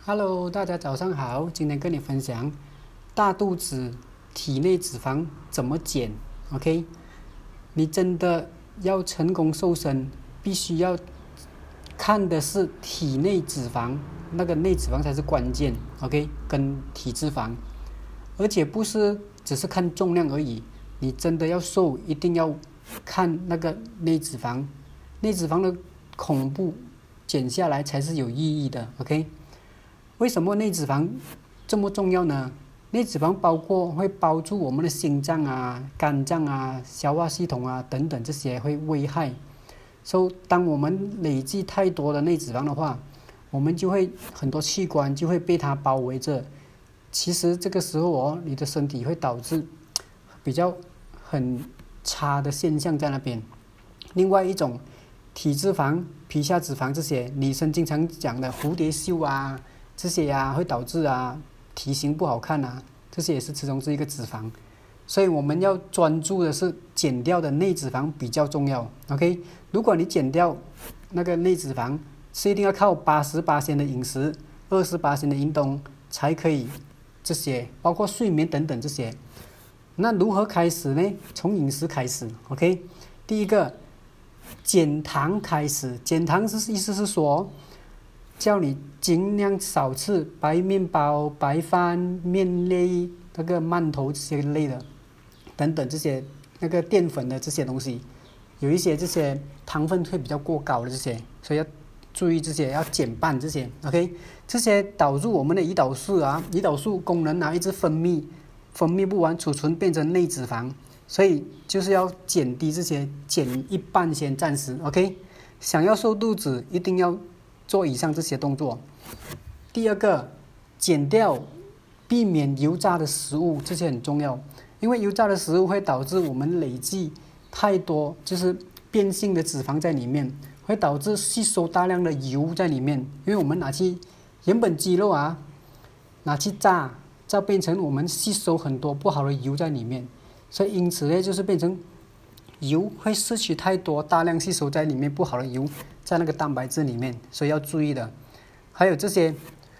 Hello，大家早上好。今天跟你分享大肚子体内脂肪怎么减。OK， 你真的要成功瘦身，必须要看的是体内脂肪，那个内脂肪才是关键。OK， 跟体脂肪，而且不是只是看重量而已。你真的要瘦，一定要看那个内脂肪，内脂肪的恐怖减下来才是有意义的。OK。为什么内脂肪这么重要呢？内脂肪会包住我们的心脏啊、肝脏啊、消化系统啊等等，这些会危害。所以当我们累积太多的内脂肪的话，我们就会很多器官就会被它包围着。其实这个时候你的身体会导致比较很差的现象在那边。另外一种体脂肪、皮下脂肪这些，女生经常讲的蝴蝶袖啊。这些会导致体型不好看这些也是其中之一个脂肪，所以我们要专注的是减掉的内脂肪比较重要。OK， 如果你减掉那个内脂肪，是一定要靠 80% 的饮食、20% 的运动才可以，这些包括睡眠等等这些。那如何开始呢？从饮食开始。OK， 第一个减糖开始，减糖意思是说叫你尽量少吃白面包、白饭、面类、那个馒头这些类的等等，这些那个淀粉的这些东西，有一些这些糖分会比较过高的这些，所以要注意这些，要减半这些。OK， 这些导致我们的胰岛素功能一直分泌不完，储存变成内脂肪，所以就是要减低这些，减一半先暂时。OK， 想要瘦肚子一定要做以上这些动作。第二个，避免油炸的食物，这些很重要，因为油炸的食物会导致我们累积太多就是变性的脂肪在里面，会导致吸收大量的油在里面，因为我们拿去原本鸡肉拿去炸变成我们吸收很多不好的油在里面，所以因此呢就是变成油会摄取太多，大量吸收在里面不好的油在那个蛋白质里面，所以要注意的。还有这些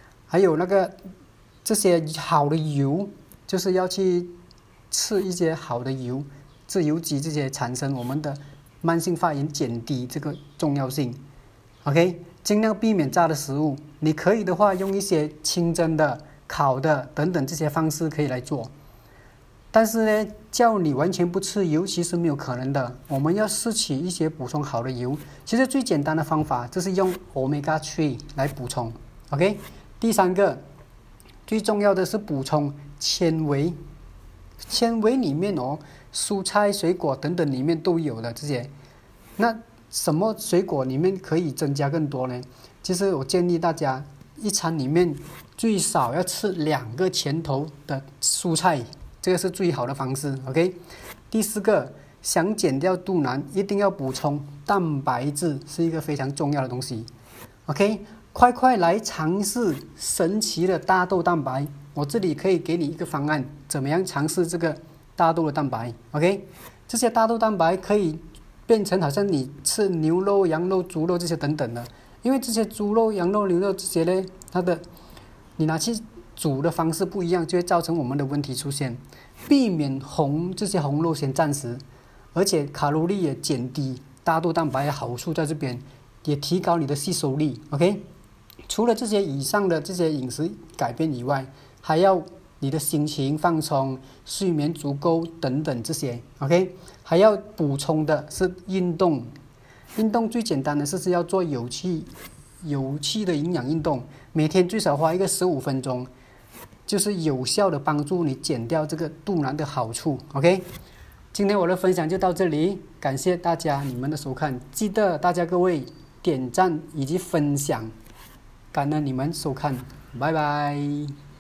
好的油，就是要去吃一些好的油，自由基这些产生我们的慢性发炎，减低这个重要性。OK， 尽量避免炸的食物，你可以的话用一些清蒸的、烤的等等这些方式可以来做。但是呢，叫你完全不吃油其实没有可能的，我们要摄取一些补充好的油。其实最简单的方法就是用 Omega 3来补充。OK， 第三个最重要的是补充纤维，纤维里面蔬菜、水果等等里面都有的这些。那什么水果里面可以增加更多呢？其实我建议大家一餐里面最少要吃2个拳头的蔬菜。这个是最好的方式。 OK， 第四个，想减掉肚腩一定要补充蛋白质，是一个非常重要的东西。 OK， 快来尝试神奇的大豆蛋白，我这里可以给你一个方案，怎么样尝试这个大豆的蛋白。 OK， 这些大豆蛋白可以变成好像你吃牛肉、羊肉、猪肉这些等等的，因为这些猪肉、羊肉、牛肉这些呢，你拿去煮的方式不一样，就会造成我们的问题出现。避免这些红肉先暂时，而且卡路里也减低，大豆蛋白的好处在这边，也提高你的吸收力。 OK， 除了这些以上的这些饮食改变以外，还要你的心情放松、睡眠足够等等这些。 OK， 还要补充的是运动最简单的是要做有气的营养运动，每天最少花一个15分钟，就是有效的帮助你减掉这个肚腩的好处。 OK， 今天我的分享就到这里，感谢大家你们的收看，记得大家各位点赞以及分享，感恩你们收看，拜拜。